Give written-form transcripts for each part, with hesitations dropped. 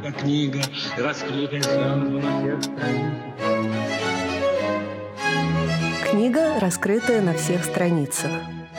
Книга раскрытая сразу на всех страницах. Книга, раскрытая на всех страницах.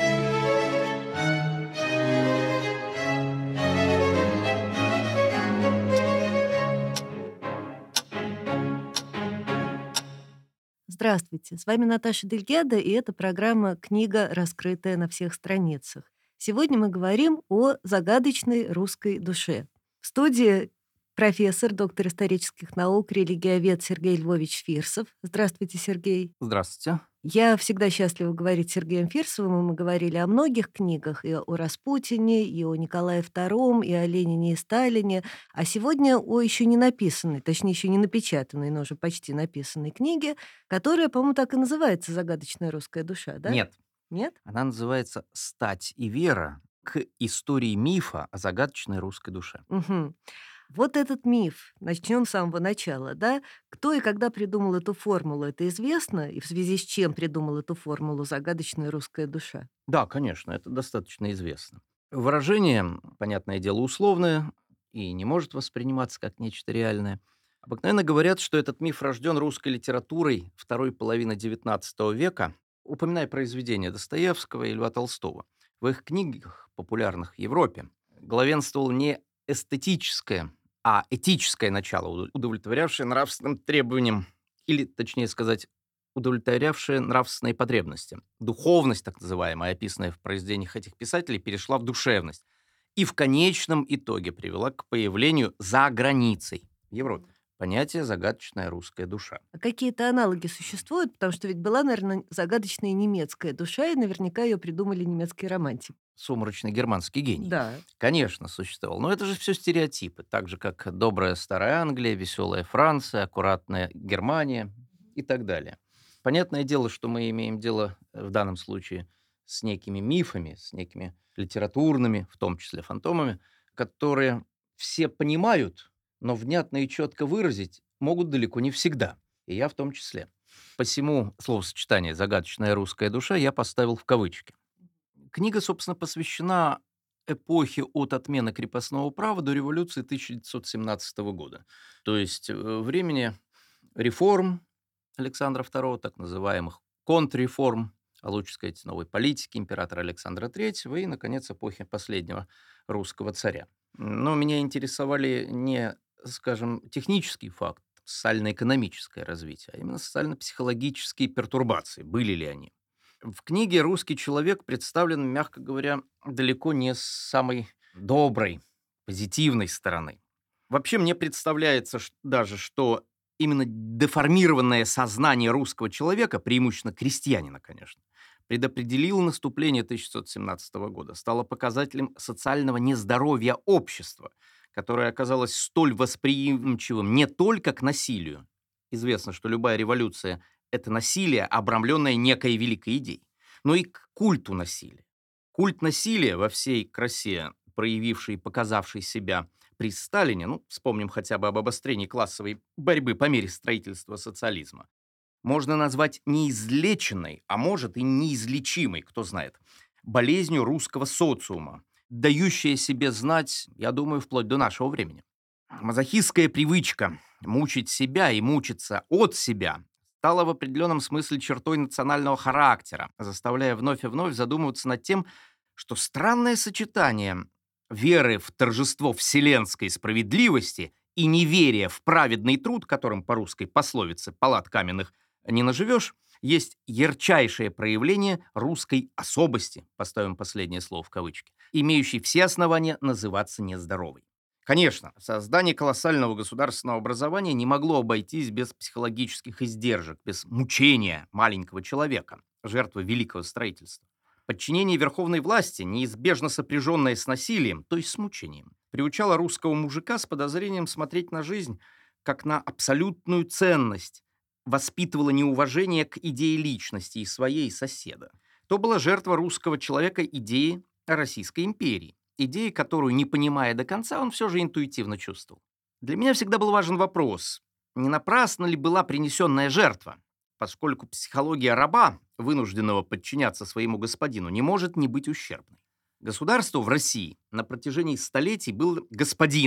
Здравствуйте, с вами Наташа Дельгядо, и это программа «Книга, раскрытая на всех страницах». Сегодня мы говорим о загадочной русской душе. В студии профессор, доктор исторических наук, религиовед Сергей Львович Фирсов. Здравствуйте, Сергей. Здравствуйте. Я всегда счастлива говорить с Сергеем Фирсовым, и мы говорили о многих книгах, и о Распутине, и о Николае II, и о Ленине и Сталине, а сегодня о еще не написанной, точнее, еще не напечатанной, но уже почти написанной книге, которая, по-моему, так и называется «Загадочная русская душа», да? Нет, Нет? она называется «Стать и вера к истории мифа о загадочной русской душе». Мгм. Вот этот миф, начнем с самого начала, да? Кто и когда придумал эту формулу, это известно, и в связи с чем придумал эту формулу «загадочная русская душа»? Да, конечно, это достаточно известно. Выражение, понятное дело, условное и не может восприниматься как нечто реальное. Обыкновенно говорят, что этот миф рожден русской литературой второй половины XIX века, упоминая произведения Достоевского и Льва Толстого. В их книгах, популярных в Европе, главенствовало не эстетическое, а этическое начало, удовлетворявшее нравственным требованиям, или, точнее сказать, удовлетворявшее нравственные потребности. Духовность, так называемая, описанная в произведениях этих писателей, перешла в душевность и в конечном итоге привела к появлению за границей, в Европе, понятия «загадочная русская душа». А какие-то аналоги существуют? Потому что ведь была, наверное, загадочная немецкая душа, и наверняка ее придумали немецкие романтики. Сумрачный германский гений. Да. Конечно, существовал. Но это же все стереотипы. Так же, как добрая старая Англия, веселая Франция, аккуратная Германия и так далее. Понятное дело, что мы имеем дело в данном случае с некими мифами, с некими литературными, в том числе фантомами, которые все понимают, но внятно и четко выразить могут далеко не всегда. И я в том числе. Посему словосочетание «загадочная русская душа» я поставил в кавычки. Книга, собственно, посвящена эпохе от отмены крепостного права до революции 1917 года. То есть времени реформ Александра II, так называемых контрреформ, а лучше сказать, новой политики императора Александра III и, наконец, эпохи последнего русского царя. Но меня интересовали не, скажем, технический факт, социально-экономическое развитие, а именно социально-психологические пертурбации. Были ли они? В книге русский человек представлен, мягко говоря, далеко не с самой доброй, позитивной стороны. Вообще мне представляется даже, что именно деформированное сознание русского человека, преимущественно крестьянина, конечно, предопределило наступление 1917 года, стало показателем социального нездоровья общества, которое оказалось столь восприимчивым не только к насилию. Известно, что любая революция — это насилие, обрамленное некой великой идеей, но и к культу насилия. Культ насилия во всей красе, проявивший и показавший себя при Сталине, ну, вспомним хотя бы об обострении классовой борьбы по мере строительства социализма, можно назвать неизлеченной, а может и неизлечимой, кто знает, болезнью русского социума, дающая себе знать, я думаю, вплоть до нашего времени. Мазохистская привычка мучить себя и мучиться от себя стала в определенном смысле чертой национального характера, заставляя вновь и вновь задумываться над тем, что странное сочетание веры в торжество вселенской справедливости и неверия в праведный труд, которым по русской пословице «палат каменных не наживешь», есть ярчайшее проявление русской особости, поставим последнее слово в кавычки, имеющей все основания называться нездоровой. Конечно, создание колоссального государственного образования не могло обойтись без психологических издержек, без мучения маленького человека, жертвы великого строительства. Подчинение верховной власти, неизбежно сопряженное с насилием, то есть с мучением, приучало русского мужика с подозрением смотреть на жизнь как на абсолютную ценность, воспитывало неуважение к идее личности и своей, и соседа. То была жертва русского человека идеи Российской империи, идеи, которую, не понимая до конца, он все же интуитивно чувствовал. Для меня всегда был важен вопрос, не напрасно ли была принесенная жертва, поскольку психология раба, вынужденного подчиняться своему господину, не может не быть ущербной. Государство в России на протяжении столетий было господином,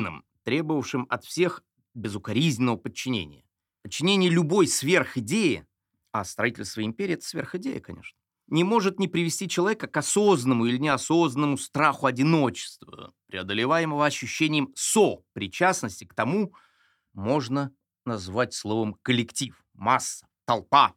требовавшим от всех безукоризненного подчинения. Подчинение любой сверхидее, а строительство империи — это сверхидея, конечно, не может не привести человека к осознанному или неосознанному страху одиночества, преодолеваемого ощущением сопричастности к тому, можно назвать словом коллектив, масса, толпа.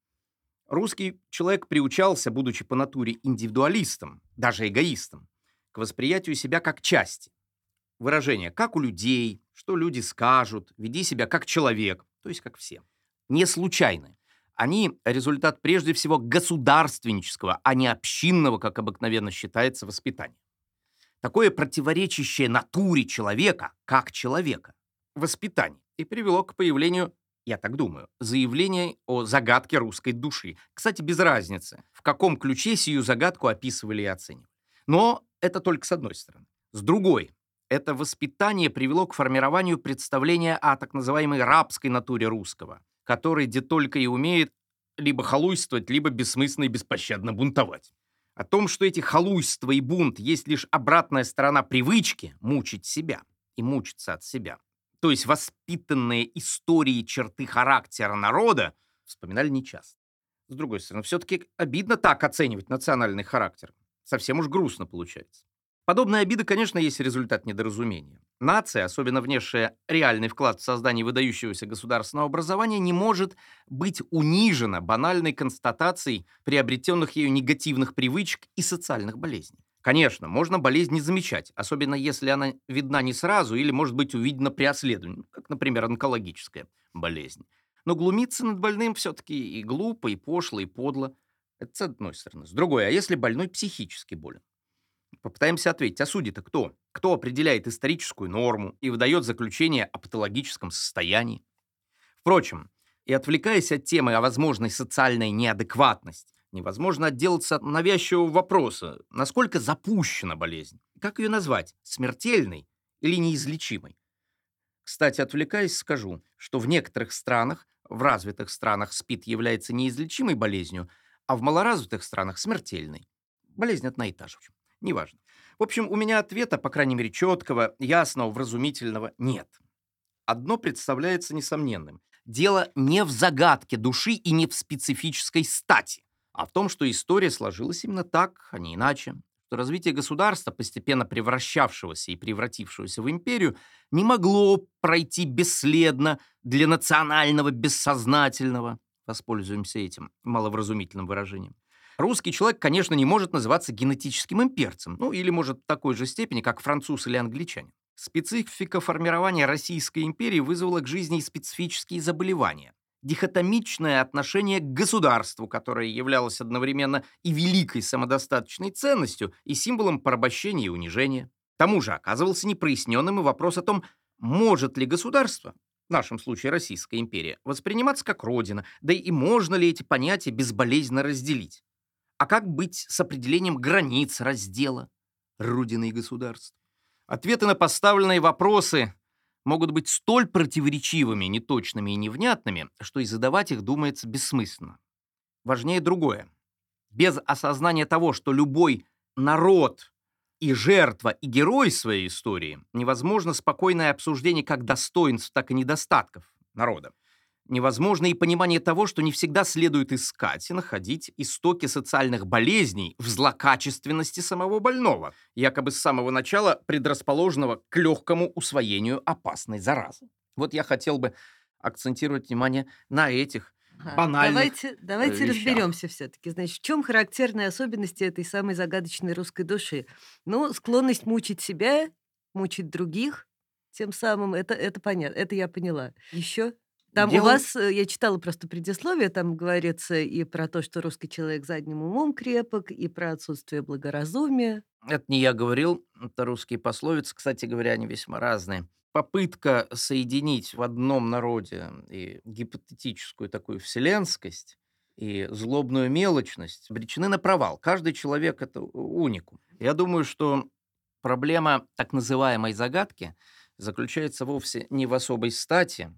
Русский человек приучался, будучи по натуре индивидуалистом, даже эгоистом, к восприятию себя как части. Выражение «как у людей», «что люди скажут», «веди себя как человек», то есть как все. Не случайны. Они — результат прежде всего государственнического, а не общинного, как обыкновенно считается, воспитания. Такое противоречащее натуре человека, как человека, воспитание и привело к появлению, я так думаю, заявления о загадке русской души. Кстати, без разницы, в каком ключе сию загадку описывали и оценивали. Но это только с одной стороны. С другой, это воспитание привело к формированию представления о так называемой рабской натуре русского, который где только и умеет либо халуйствовать, либо бессмысленно и беспощадно бунтовать. О том, что эти халуйства и бунт есть лишь обратная сторона привычки мучить себя и мучиться от себя, то есть воспитанные историей черты характера народа, вспоминали нечасто. С другой стороны, все-таки обидно так оценивать национальный характер. Совсем уж грустно получается. Подобная обида, конечно, есть результат недоразумения. Нация, особенно внесшая реальный вклад в создание выдающегося государственного образования, не может быть унижена банальной констатацией приобретенных ею негативных привычек и социальных болезней. Конечно, можно болезнь не замечать, особенно если она видна не сразу или может быть увидена при осследовании, как, например, онкологическая болезнь. Но глумиться над больным все-таки и глупо, и пошло, и подло. Это с одной стороны. С другой, а если больной психически болен? Попытаемся ответить, а судьи-то кто? Кто определяет историческую норму и выдает заключение о патологическом состоянии? Впрочем, и отвлекаясь от темы о возможной социальной неадекватности, невозможно отделаться от навязчивого вопроса, насколько запущена болезнь. Как ее назвать? Смертельной или неизлечимой? Кстати, отвлекаясь, скажу, что в некоторых странах, в развитых странах СПИД является неизлечимой болезнью, а в малоразвитых странах смертельной. Болезнь одна и та же. Неважно. В общем, у меня ответа, по крайней мере, четкого, ясного, вразумительного нет. Одно представляется несомненным. Дело не в загадке души и не в специфической стати, а в том, что история сложилась именно так, а не иначе. Что развитие государства, постепенно превращавшегося и превратившегося в империю, не могло пройти бесследно для национального бессознательного. Воспользуемся этим маловразумительным выражением. Русский человек, конечно, не может называться генетическим имперцем, ну или может в такой же степени, как француз или англичанин. Специфика формирования Российской империи вызвала к жизни специфические заболевания. Дихотомичное отношение к государству, которое являлось одновременно и великой самодостаточной ценностью, и символом порабощения и унижения. К тому же оказывался непроясненным и вопрос о том, может ли государство, в нашем случае Российская империя, восприниматься как родина, да и можно ли эти понятия безболезненно разделить. А как быть с определением границ раздела Родины и государства? Ответы на поставленные вопросы могут быть столь противоречивыми, неточными и невнятными, что и задавать их, думается, бессмысленно. Важнее другое. Без осознания того, что любой народ и жертва, и герой своей истории, невозможно спокойное обсуждение как достоинств, так и недостатков народа. Невозможно и понимание того, что не всегда следует искать и находить истоки социальных болезней в злокачественности самого больного, якобы с самого начала предрасположенного к легкому усвоению опасной заразы. Вот я хотел бы акцентировать внимание на этих банальных Давайте вещах. разберемся все-таки. Значит, в чем характерные особенности этой самой загадочной русской души? Ну, склонность мучить себя, мучить других, тем самым, это понятно, это я поняла. Еще? Там у Дело вас, я читала просто предисловие, там говорится и про то, что русский человек задним умом крепок, и про отсутствие благоразумия. Это не я говорил, это русские пословицы, кстати говоря, они весьма разные. Попытка соединить в одном народе и гипотетическую такую вселенскость, и злобную мелочность обречены на провал. Каждый человек — это уникум. Я думаю, что проблема так называемой загадки заключается вовсе не в особой стати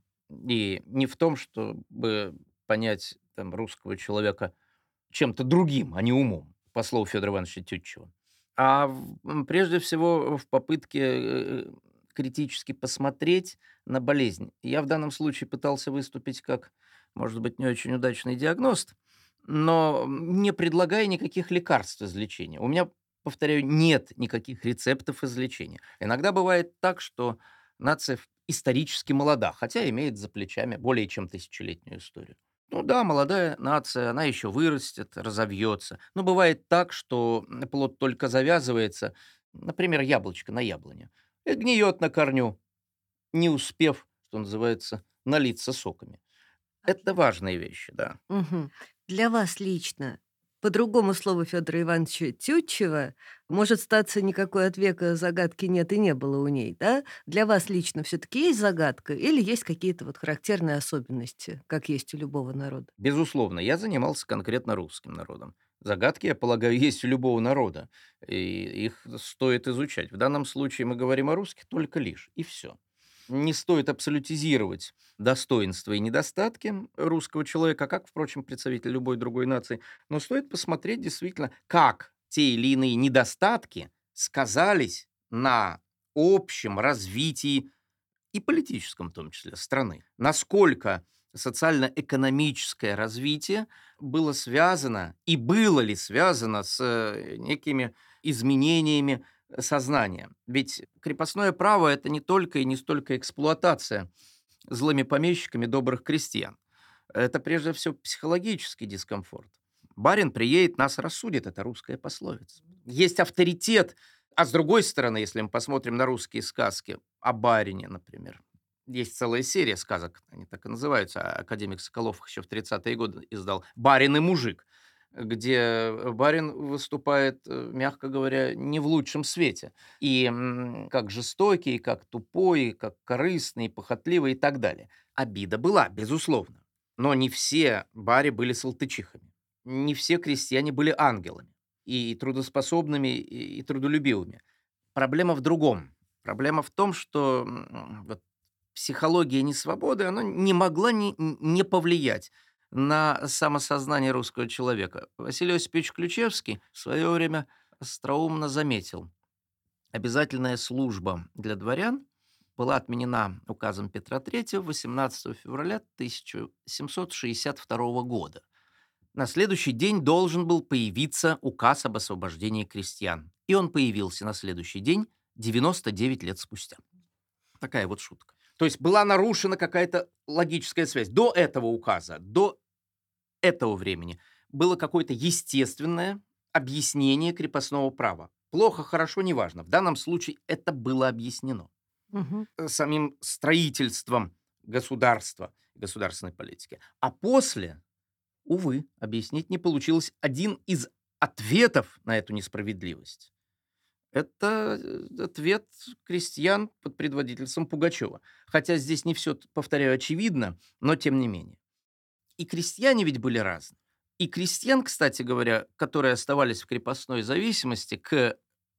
и не в том, чтобы понять там, русского человека чем-то другим, а не умом, по слову Федора Ивановича Тютчева. А прежде всего в попытке критически посмотреть на болезнь. Я в данном случае пытался выступить как, может быть, не очень удачный диагност, но не предлагая никаких лекарств излечения. У меня, повторяю, нет никаких рецептов излечения. Иногда бывает так, что нация исторически молода, хотя имеет за плечами более чем тысячелетнюю историю. Ну да, молодая нация, она еще вырастет, разовьется. Но бывает так, что плод только завязывается, например, яблочко на яблоне, и гниет на корню, не успев, что называется, налиться соками. Это важные вещи, да. Мгм. Для вас лично, по другому слову Федора Ивановича Тютчева, может статься никакой от века загадки нет и не было у ней, да? Для вас лично все-таки есть загадка или есть какие-то вот характерные особенности, как есть у любого народа? Безусловно, я занимался конкретно русским народом. Загадки, я полагаю, есть у любого народа, и их стоит изучать. В данном случае мы говорим о русских только лишь, и все. Не стоит абсолютизировать достоинства и недостатки русского человека, как, впрочем, представитель любой другой нации, но стоит посмотреть действительно, как те или иные недостатки сказались на общем развитии и политическом, в том числе, страны. Насколько социально-экономическое развитие было связано и было ли связано с некими изменениями сознания. Ведь крепостное право — это не только и не столько эксплуатация злыми помещиками добрых крестьян. Это прежде всего психологический дискомфорт. Барин приедет, нас рассудит, это русская пословица. Есть авторитет, а с другой стороны, если мы посмотрим на русские сказки о барине, например, есть целая серия сказок, они так и называются, академик Соколов их еще в 30-е годы издал, «Барин и мужик», где барин выступает, мягко говоря, не в лучшем свете. И как жестокий, и как тупой, и как корыстный, и похотливый и так далее. Обида была, безусловно. Но не все бари были салтычихами. Не все крестьяне были ангелами и трудоспособными, и трудолюбивыми. Проблема в другом. Проблема в том, что вот психология несвободы, она не могла не повлиять на самосознание русского человека. Василий Осипович Ключевский в свое время остроумно заметил: обязательная служба для дворян была отменена указом Петра III 18 февраля 1762 года. На следующий день должен был появиться указ об освобождении крестьян. И он появился на следующий день, 99 лет спустя. Такая вот шутка. То есть была нарушена какая-то логическая связь. До этого указа, до этого времени было какое-то естественное объяснение крепостного права. Плохо, хорошо, неважно. В данном случае это было объяснено Мгм. самим строительством государства, государственной политики. А после, увы, объяснить не получилось. Один из ответов на эту несправедливость — это ответ крестьян под предводительством Пугачева. Хотя здесь не все, повторяю, очевидно, но тем не менее. И крестьяне ведь были разные. И крестьян, кстати говоря, которые оставались в крепостной зависимости, к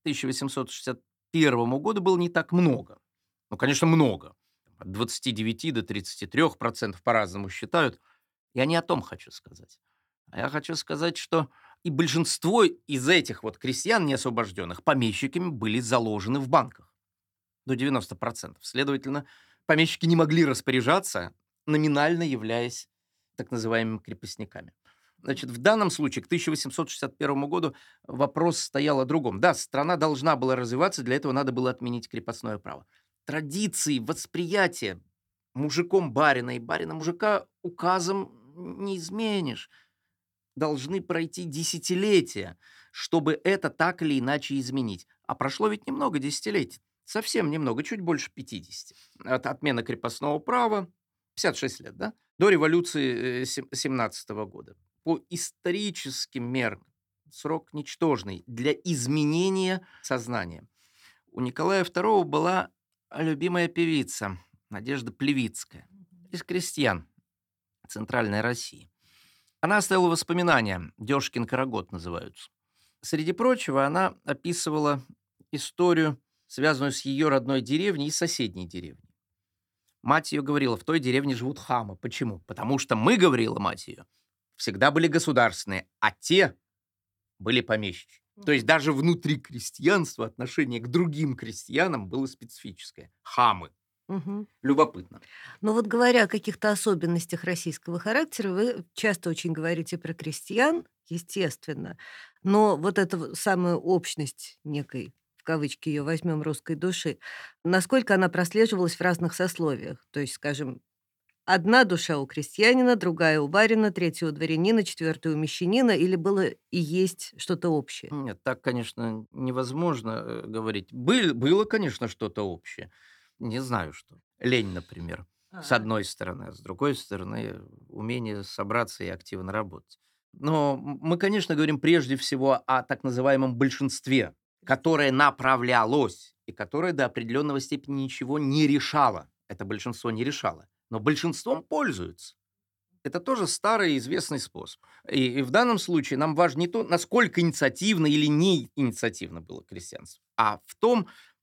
1861 году было не так много. Ну, конечно, много. От 29 до 33% по-разному считают. Я не о том хочу сказать. А я хочу сказать, что и большинство из этих вот крестьян неосвобожденных помещиками были заложены в банках. До 90%. Следовательно, помещики не могли распоряжаться, номинально являясь так называемыми крепостниками. Значит, в данном случае, к 1861 году вопрос стоял о другом. Да, страна должна была развиваться, для этого надо было отменить крепостное право. Традиции, восприятия мужиком барина и барина мужика указом не изменишь. Должны пройти десятилетия, чтобы это так или иначе изменить. А прошло ведь немного десятилетий. Совсем немного, чуть больше 50. От отмены крепостного права, 56 лет, да? До революции 17 года. По историческим меркам срок ничтожный для изменения сознания. У Николая II была любимая певица Надежда Плевицкая из крестьян Центральной России. Она оставила воспоминания, «Дёшкин карагод» называются. Среди прочего, она описывала историю, связанную с ее родной деревней и соседней деревней. Мать ее говорила: в той деревне живут хамы. Почему? Потому что мы, говорила мать ее, всегда были государственные, а те были помещичьи. То есть даже внутри крестьянства отношение к другим крестьянам было специфическое. Хамы. Мгм. Любопытно. Но вот говоря о каких-то особенностях российского характера, вы часто очень говорите про крестьян, естественно, но вот эта самая общность некой, в кавычки ее возьмем, русской души, насколько она прослеживалась в разных сословиях? То есть, скажем, одна душа у крестьянина, другая у барина, третья у дворянина, четвертая у мещанина, или было и есть что-то общее? Нет, так, конечно, невозможно говорить. Было, конечно, что-то общее. Не знаю что. Лень, например, с одной стороны, а с другой стороны, умение собраться и активно работать. Но мы, конечно, говорим прежде всего о так называемом большинстве, которое направлялось и которое до определенного степени ничего не решало. Это большинство не решало. Но большинством пользуются. Это тоже старый известный способ. И в данном случае нам важно не то, насколько инициативно или не инициативно было крестьянство, а в том,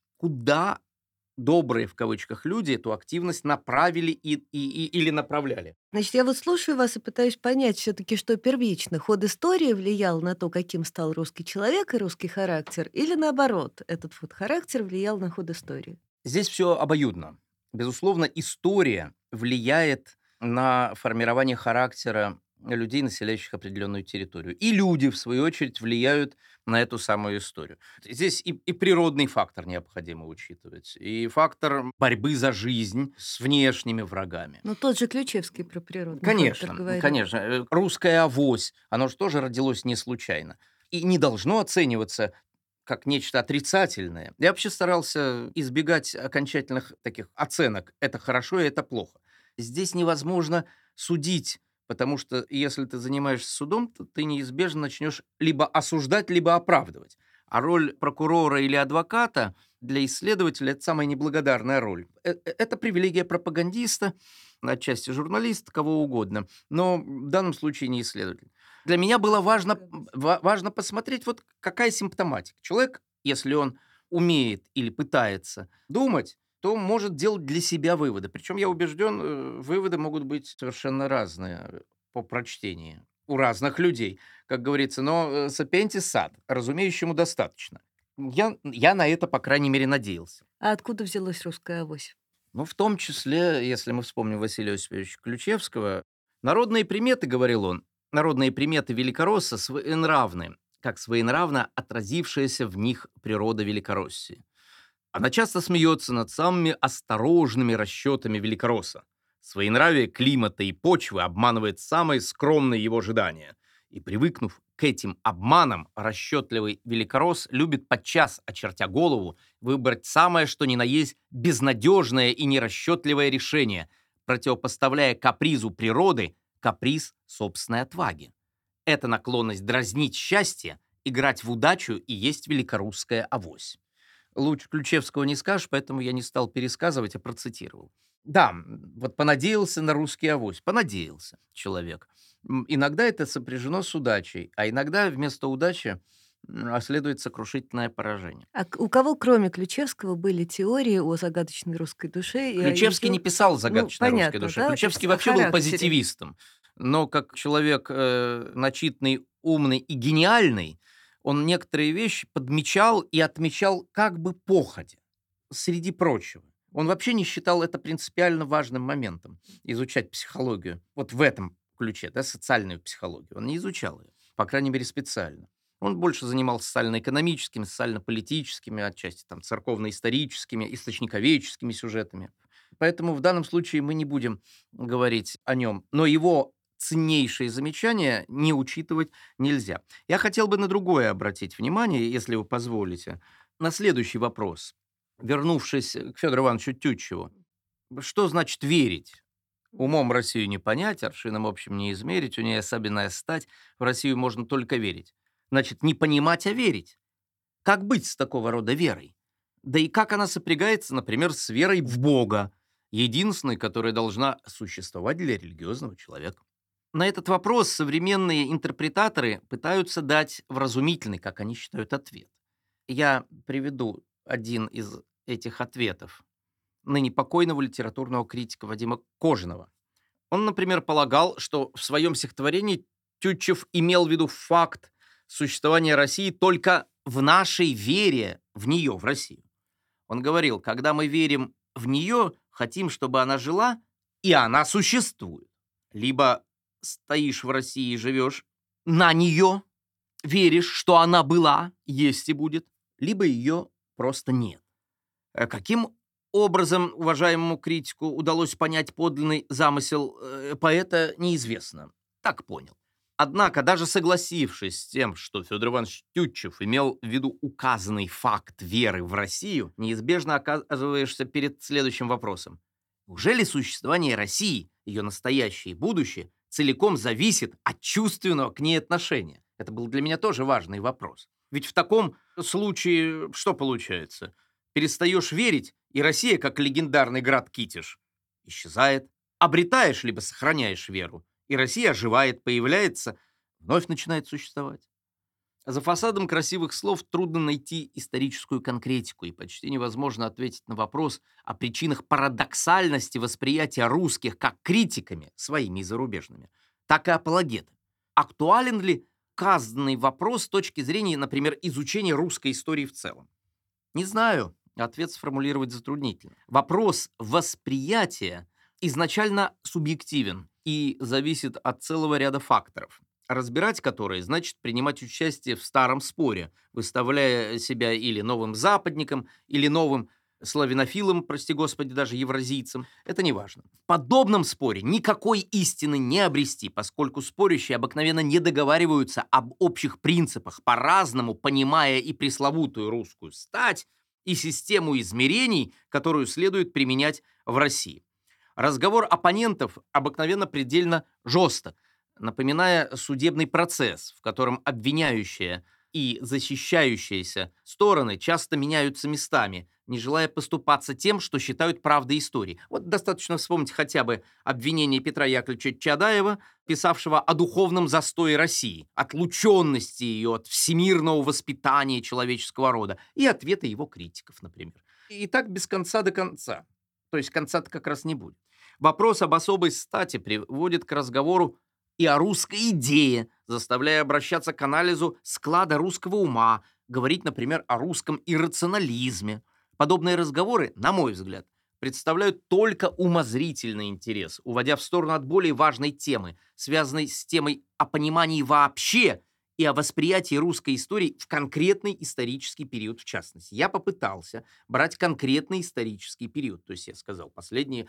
куда добрые, в кавычках, люди эту активность направили или направляли. Значит, я вот слушаю вас и пытаюсь понять все-таки, что первично. Ход истории влиял на то, каким стал русский человек и русский характер, или наоборот, этот вот характер влиял на ход истории? Здесь все обоюдно. Безусловно, история влияет на формирование характера людей, населяющих определенную территорию. И люди, в свою очередь, влияют на эту самую историю. Здесь и природный фактор необходимо учитывать, и фактор борьбы за жизнь с внешними врагами. Ну, тот же Ключевский про природный фактор Конечно, говорил. конечно. Русская авось, оно же тоже родилось не случайно. И не должно оцениваться как нечто отрицательное. Я вообще старался избегать окончательных таких оценок. Это хорошо и это плохо. Здесь невозможно судить, потому что если ты занимаешься судом, то ты неизбежно начнешь либо осуждать, либо оправдывать. А роль прокурора или адвоката для исследователя — это самая неблагодарная роль. Это привилегия пропагандиста, отчасти журналиста, кого угодно, но в данном случае не исследователь. Для меня было важно посмотреть, вот какая симптоматика. Человек, если он умеет или пытается думать, то может делать для себя выводы. Причем я убежден, выводы могут быть совершенно разные по прочтении у разных людей. Как говорится, но сапиентис сад, разумеющему достаточно. Я на это, по крайней мере, надеялся. А откуда взялась русская авось? Ну, в том числе, если мы вспомним Василия Осиповича Ключевского, народные приметы, говорил он, народные приметы великоросса своенравны, как своенравно отразившаяся в них природа Великороссии. Она часто смеется над самыми осторожными расчетами великоросса. Своенравие климата и почвы обманывает самые скромные его ожидания. И, привыкнув к этим обманам, расчетливый великоросс любит подчас, очертя голову, выбрать самое что ни на есть безнадежное и нерасчетливое решение, противопоставляя капризу природы каприз собственной отваги. Эта наклонность дразнить счастье, играть в удачу и есть великорусская авось. Лучше Ключевского не скажешь, поэтому я не стал пересказывать, а процитировал. Да, вот понадеялся на русский авось. Понадеялся человек. Иногда это сопряжено с удачей, а иногда вместо удачи следует сокрушительное поражение. А у кого, кроме Ключевского, были теории о загадочной русской душе? И о Ключевский её не писал «Загадочной русской понятно, душе». да, то Ключевский есть о вообще был характере. позитивистом. Но как человек начитанный, умный и гениальный, он некоторые вещи подмечал и отмечал как бы походя, среди прочего. Он вообще не считал это принципиально важным моментом, изучать психологию. Вот в этом ключе, да, социальную психологию. Он не изучал ее, по крайней мере, специально. Он больше занимался социально-экономическими, социально-политическими, отчасти там церковно-историческими, источниковедческими сюжетами. Поэтому в данном случае мы не будем говорить о нем. Но его ценнейшие замечания не учитывать нельзя. Я хотел бы на другое обратить внимание, если вы позволите, на следующий вопрос. Вернувшись к Федору Ивановичу Тютчеву, что значит верить? Умом Россию не понять, аршином общим не измерить, у нее особенная стать, в Россию можно только верить. Значит, не понимать, а верить. Как быть с такого рода верой? Да и как она сопрягается, например, с верой в Бога, единственной, которая должна существовать для религиозного человека? На этот вопрос современные интерпретаторы пытаются дать вразумительный, как они считают, ответ. Я приведу один из этих ответов ныне покойного литературного критика Вадима Кожаного. Он, например, полагал, что в своем стихотворении Тютчев имел в виду факт существование России только в нашей вере в нее, в Россию. Он говорил, когда мы верим в нее, хотим, чтобы она жила, и она существует. Либо стоишь в России и живешь на нее, веришь, что она была, есть и будет, либо ее просто нет. Каким образом уважаемому критику удалось понять подлинный замысел поэта, неизвестно. Так понял. Однако, даже согласившись с тем, что Федор Иванович Тютчев имел в виду указанный факт веры в Россию, неизбежно оказываешься перед следующим вопросом. Неужели существование России, ее настоящее и будущее, целиком зависит от чувственного к ней отношения? Это был для меня тоже важный вопрос. Ведь в таком случае что получается? Перестаешь верить, и Россия, как легендарный град Китеж, исчезает. Обретаешь либо сохраняешь веру, и Россия оживает, появляется, вновь начинает существовать. За фасадом красивых слов трудно найти историческую конкретику, и почти невозможно ответить на вопрос о причинах парадоксальности восприятия русских как критиками, своими и зарубежными, так и апологетами. Актуален ли указанный вопрос с точки зрения, например, изучения русской истории в целом? Не знаю, ответ сформулировать затруднительно. Вопрос восприятия изначально субъективен и зависит от целого ряда факторов, разбирать которые значит принимать участие в старом споре, выставляя себя или новым западником, или новым славянофилом, прости господи, даже евразийцем. Это не важно. В подобном споре никакой истины не обрести, поскольку спорящие обыкновенно не договариваются об общих принципах, по-разному понимая и пресловутую русскую стать, и систему измерений, которую следует применять в России. Разговор оппонентов обыкновенно предельно жесток, напоминая судебный процесс, в котором обвиняющая и защищающиеся стороны часто меняются местами, не желая поступаться тем, что считают правдой истории. Вот достаточно вспомнить хотя бы обвинение Петра Яковлевича Чадаева, писавшего о духовном застое России, отлученности ее от всемирного воспитания человеческого рода, и ответы его критиков, например. И так без конца до конца. То есть конца-то как раз не будет. Вопрос об особой стати приводит к разговору и о русской идее, заставляя обращаться к анализу склада русского ума, говорить, например, о русском иррационализме. Подобные разговоры, на мой взгляд, представляют только умозрительный интерес, уводя в сторону от более важной темы, связанной с темой о понимании вообще и о восприятии русской истории в конкретный исторический период в частности. Я попытался брать конкретный исторический период, то есть я сказал, последние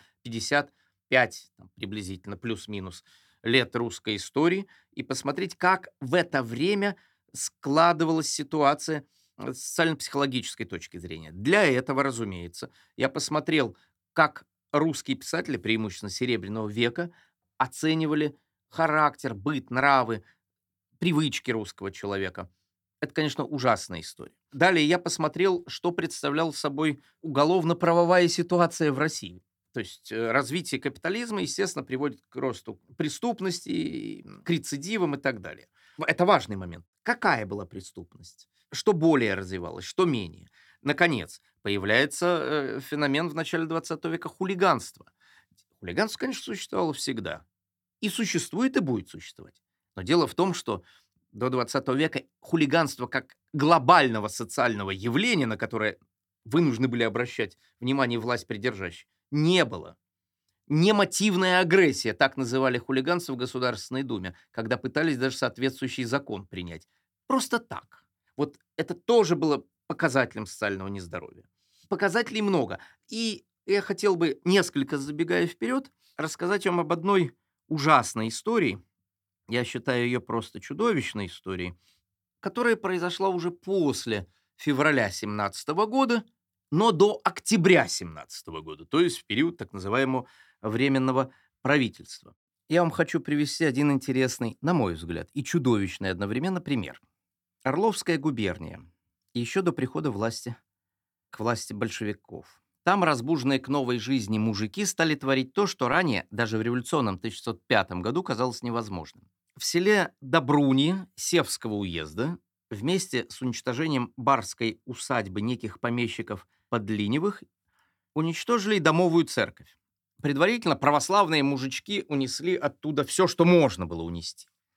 55, приблизительно, плюс-минус, лет русской истории, и посмотреть, как в это время складывалась ситуация с социально-психологической точки зрения. Для этого, разумеется, я посмотрел, как русские писатели, преимущественно Серебряного века, оценивали характер, быт, нравы, привычки русского человека. Это, конечно, ужасная история. Далее я посмотрел, что представляла собой уголовно-правовая ситуация в России. То есть развитие капитализма, естественно, приводит к росту преступности, к рецидивам и так далее. Это важный момент. Какая была преступность? Что более развивалось, что менее? Наконец, появляется феномен в начале 20 века хулиганства. Хулиганство, конечно, существовало всегда. И существует, и будет существовать. Но дело в том, что до 20 века хулиганство как глобального социального явления, на которое вынуждены были обращать внимание власть придержащие, не было. Немотивная агрессия, так называли хулиганство в Государственной Думе, когда пытались даже соответствующий закон принять. Просто так. Вот это тоже было показателем социального нездоровья. Показателей много. И я хотел бы, несколько забегая вперед, рассказать вам об одной ужасной истории. Я считаю ее просто чудовищной историей, которая произошла уже после февраля 17 года, но до октября 17 года, то есть в период так называемого временного правительства. Я вам хочу привести один интересный, на мой взгляд, и чудовищный одновременно пример. Орловская губерния. Еще до прихода к власти большевиков. Там разбуженные к новой жизни мужики стали творить то, что ранее, даже в революционном 1605 году, казалось невозможным. В селе Добруни Севского уезда вместе с уничтожением барской усадьбы неких помещиков Подленивых уничтожили и домовую церковь. Предварительно православные мужички унесли оттуда все, что можно было унести.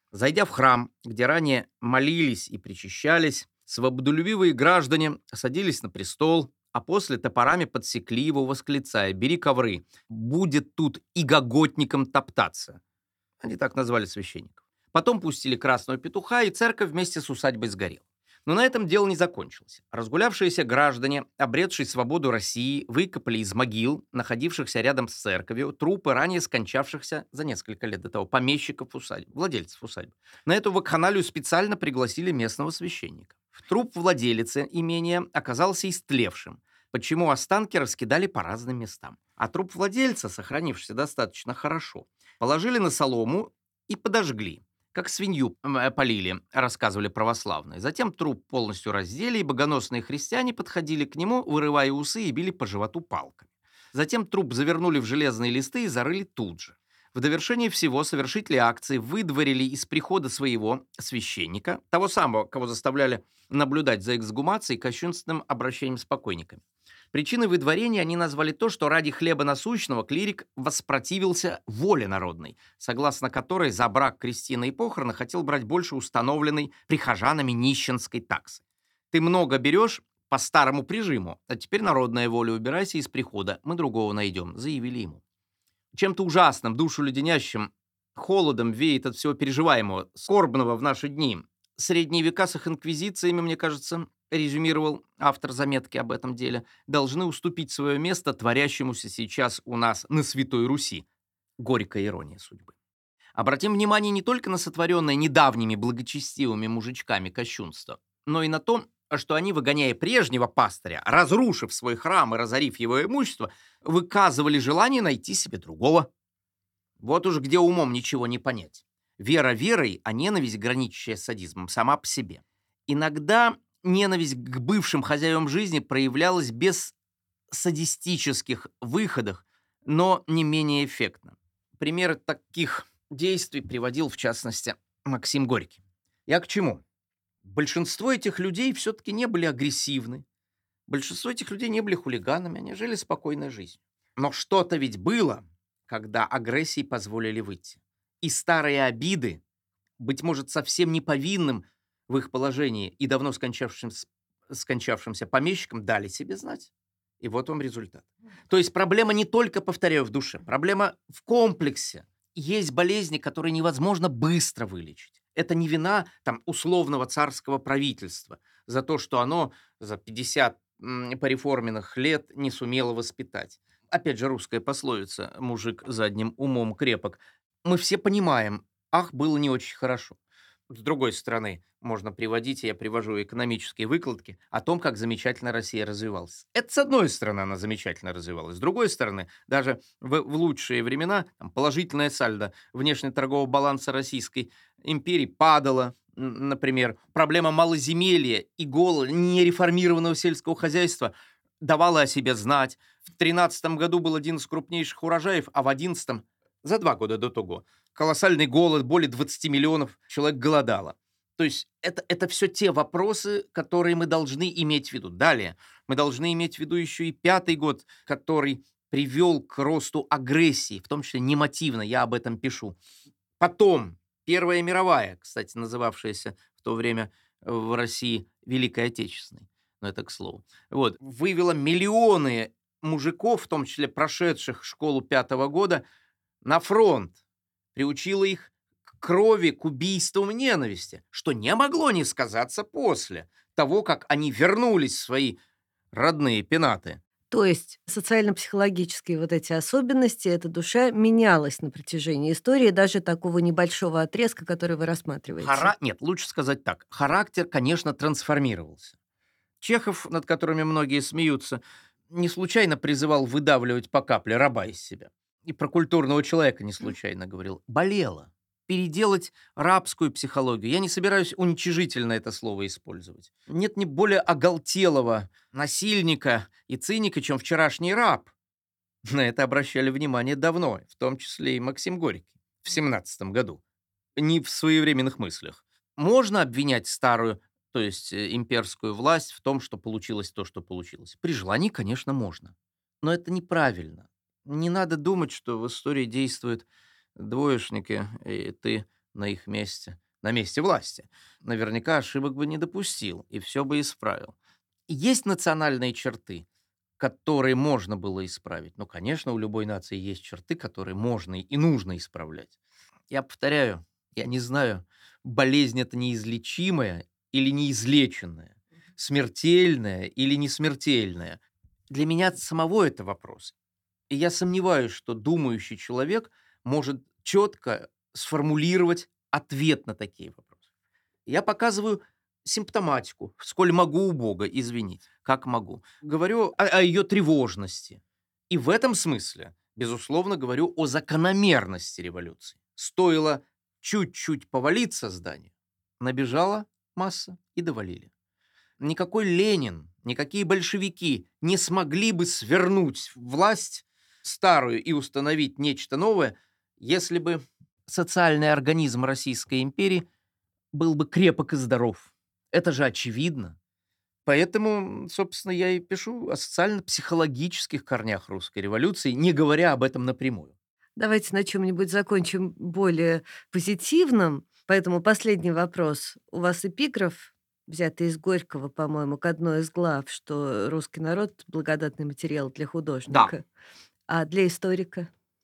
Зайдя в храм, где ранее молились и причащались, свободолюбивые граждане садились на престол, а после топорами подсекли его, восклицая: «Бери ковры, будет тут и гоготникам топтаться». Они так назвали священников. Потом пустили красного петуха, и церковь вместе с усадьбой сгорела. Но на этом дело не закончилось. Разгулявшиеся граждане, обретшие свободу России, выкопали из могил, находившихся рядом с церковью, трупы ранее скончавшихся за несколько лет до того помещиков усадьбы, владельцев усадьбы. На эту вакханалию специально пригласили местного священника. Труп владелицы имения оказался истлевшим, почему останки раскидали по разным местам. А труп владельца, сохранившийся достаточно хорошо, положили на солому и подожгли. Как свинью полили, рассказывали православные. Затем труп полностью раздели, и богоносные христиане подходили к нему, вырывая усы и били по животу палками. Затем труп завернули в железные листы и зарыли тут же. В довершение всего совершители акции выдворили из прихода своего священника, того самого, кого заставляли наблюдать за эксгумацией и кощунственным обращением с покойниками. Причиной выдворения они назвали то, что ради хлеба насущного клирик воспротивился воле народной, согласно которой за брак, крестины и похороны хотел брать больше установленной прихожанами нищенской таксы. «Ты много берешь по старому прижиму, а теперь народная воля, убирайся из прихода, мы другого найдем», — заявили ему. Чем-то ужасным, душу леденящим холодом веет от всего переживаемого, скорбного в наши дни. Средние века с их инквизициями, мне кажется, резюмировал автор заметки об этом деле, должны уступить свое место творящемуся сейчас у нас на Святой Руси. Горькая ирония судьбы. Обратим внимание не только на сотворенное недавними благочестивыми мужичками кощунство, но и на то, что они, выгоняя прежнего пастыря, разрушив свой храм и разорив его имущество, выказывали желание найти себе другого. Вот уж где умом ничего не понять. Вера верой, а ненависть, граничащая с садизмом, сама по себе. Иногда ненависть к бывшим хозяевам жизни проявлялась без садистических выходов, но не менее эффектно. Примеры таких действий приводил, в частности, Максим Горький. Я к чему? Большинство этих людей все-таки не были агрессивны. Большинство этих людей не были хулиганами, они жили спокойной жизнью. Но что-то ведь было, когда агрессии позволили выйти. И старые обиды, быть может, совсем не повинным в их положении и давно скончавшимся помещикам, дали себе знать. И вот вам результат. То есть проблема не только, повторяю, в душе, проблема в комплексе. Есть болезни, которые невозможно быстро вылечить. Это не вина там, условного царского правительства за то, что оно за 50 пореформенных лет не сумело воспитать. Опять же, русская пословица «мужик задним умом крепок». Мы все понимаем, ах, было не очень хорошо. С другой стороны, можно приводить, и я привожу экономические выкладки о том, как замечательно Россия развивалась. Это с одной стороны она замечательно развивалась. С другой стороны, даже в лучшие времена там, положительное сальдо внешнеторгового баланса Российской империи падало. Например, проблема малоземелья и голода, нереформированного сельского хозяйства давала о себе знать. В 2013 году был один из крупнейших урожаев, а в 2011 за 2 года до того колоссальный голод, более 20 миллионов человек голодало. То есть это все те вопросы, которые мы должны иметь в виду. Далее, мы должны иметь в виду еще и 5-й год, который привел к росту агрессии, в том числе немотивно, я об этом пишу. Потом, Первая мировая, кстати, называвшаяся в то время в России Великой Отечественной, но это к слову, вот, вывела миллионы мужиков, в том числе прошедших школу 5-го года, на фронт, приучила их к крови, к убийствам ненависти, что не могло не сказаться после того, как они вернулись в свои родные пенаты. То есть социально-психологические вот эти особенности, эта душа менялась на протяжении истории, даже такого небольшого отрезка, который вы рассматриваете. Нет, лучше сказать так. Характер, конечно, трансформировался. Чехов, над которыми многие смеются, не случайно призывал выдавливать по капле раба из себя. И про культурного человека не случайно говорил. Болело. Переделать рабскую психологию. Я не собираюсь уничижительно это слово использовать. Нет ни более оголтелого насильника и циника, чем вчерашний раб. На это обращали внимание давно, в том числе и Максим Горький в 17 году. Не в своевременных мыслях. Можно обвинять старую, то есть имперскую власть в том, что получилось то, что получилось. При желании, конечно, можно. Но это неправильно. Не надо думать, что в истории действуют двоечники, и ты на их месте, на месте власти, наверняка ошибок бы не допустил и все бы исправил. Есть национальные черты, которые можно было исправить. Ну, конечно, у любой нации есть черты, которые можно и нужно исправлять. Я повторяю, я не знаю, болезнь это неизлечимая или неизлеченная, смертельная или несмертельная. Для меня самого это вопрос. И я сомневаюсь, что думающий человек может четко сформулировать ответ на такие вопросы. Я показываю симптоматику, сколь могу у Бога, извините, как могу. Говорю о ее тревожности. И в этом смысле, безусловно, говорю о закономерности революции. Стоило чуть-чуть повалиться здание, набежала масса и довалили. Никакой Ленин, никакие большевики не смогли бы свернуть власть старую и установить нечто новое, если бы социальный организм Российской империи был бы крепок и здоров. Это же очевидно. Поэтому, собственно, я и пишу о социально-психологических корнях русской революции, не говоря об этом напрямую. Давайте на чем-нибудь закончим более позитивном. Поэтому последний вопрос. У вас эпиграф, взятый из Горького, по-моему, к одной из глав, что русский народ — благодатный материал для Да, художника. А для историка?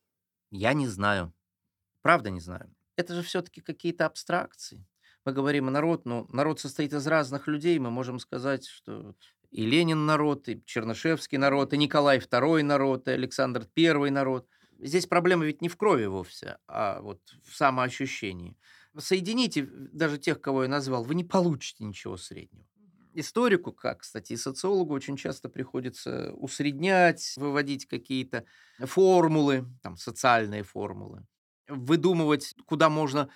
я не знаю. Правда не знаю. Это же все-таки какие-то абстракции. Мы говорим о народ, но народ состоит из разных людей. Мы можем сказать, что и Ленин народ, и Чернышевский народ, и Николай II народ, и Александр I народ. Здесь проблема ведь не в крови вовсе, а вот в самоощущении. Соедините даже тех, кого я назвал, вы не получите ничего среднего. Историку, как, кстати, и социологу, очень часто приходится усреднять, выводить какие-то формулы, там, социальные формулы, выдумывать, куда можно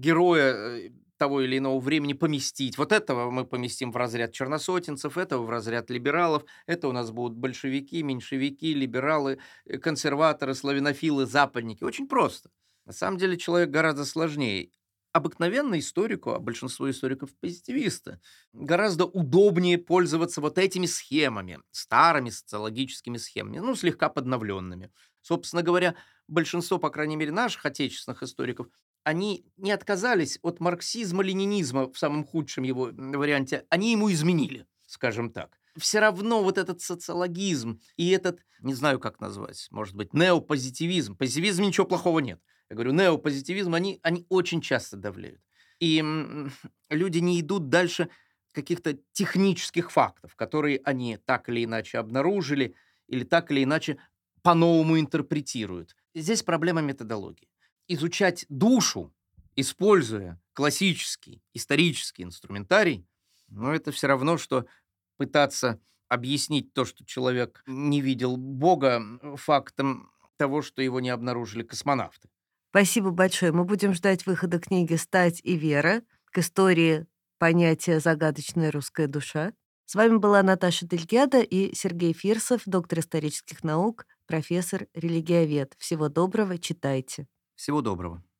героя того или иного времени поместить. Вот этого мы поместим в разряд черносотенцев, этого в разряд либералов, это у нас будут большевики, меньшевики, либералы, консерваторы, славянофилы, западники. Очень просто. На самом деле человек гораздо сложнее. Обыкновенно историку, а большинство историков позитивисты, гораздо удобнее пользоваться вот этими схемами, старыми социологическими схемами, ну, слегка подновленными. Собственно говоря, большинство, по крайней мере, наших отечественных историков, они не отказались от марксизма-ленинизма в самом худшем его варианте, они ему изменили, скажем так. Все равно вот этот социологизм и этот, не знаю, как назвать, может быть, неопозитивизм, позитивизм ничего плохого нет. Я говорю, неопозитивизм, они очень часто давляют. И люди не идут дальше каких-то технических фактов, которые они так или иначе обнаружили или так или иначе по-новому интерпретируют. Здесь проблема методологии. Изучать душу, используя классический исторический инструментарий, но это все равно, что пытаться объяснить то, что человек не видел Бога, фактом того, что его не обнаружили космонавты. Спасибо большое. Мы будем ждать выхода книги «Стать и вера» к истории понятия «загадочная русская душа». С вами была Наташа Дельгядо и Сергей Фирсов, доктор исторических наук, профессор, религиовед. Всего доброго, читайте. Всего доброго.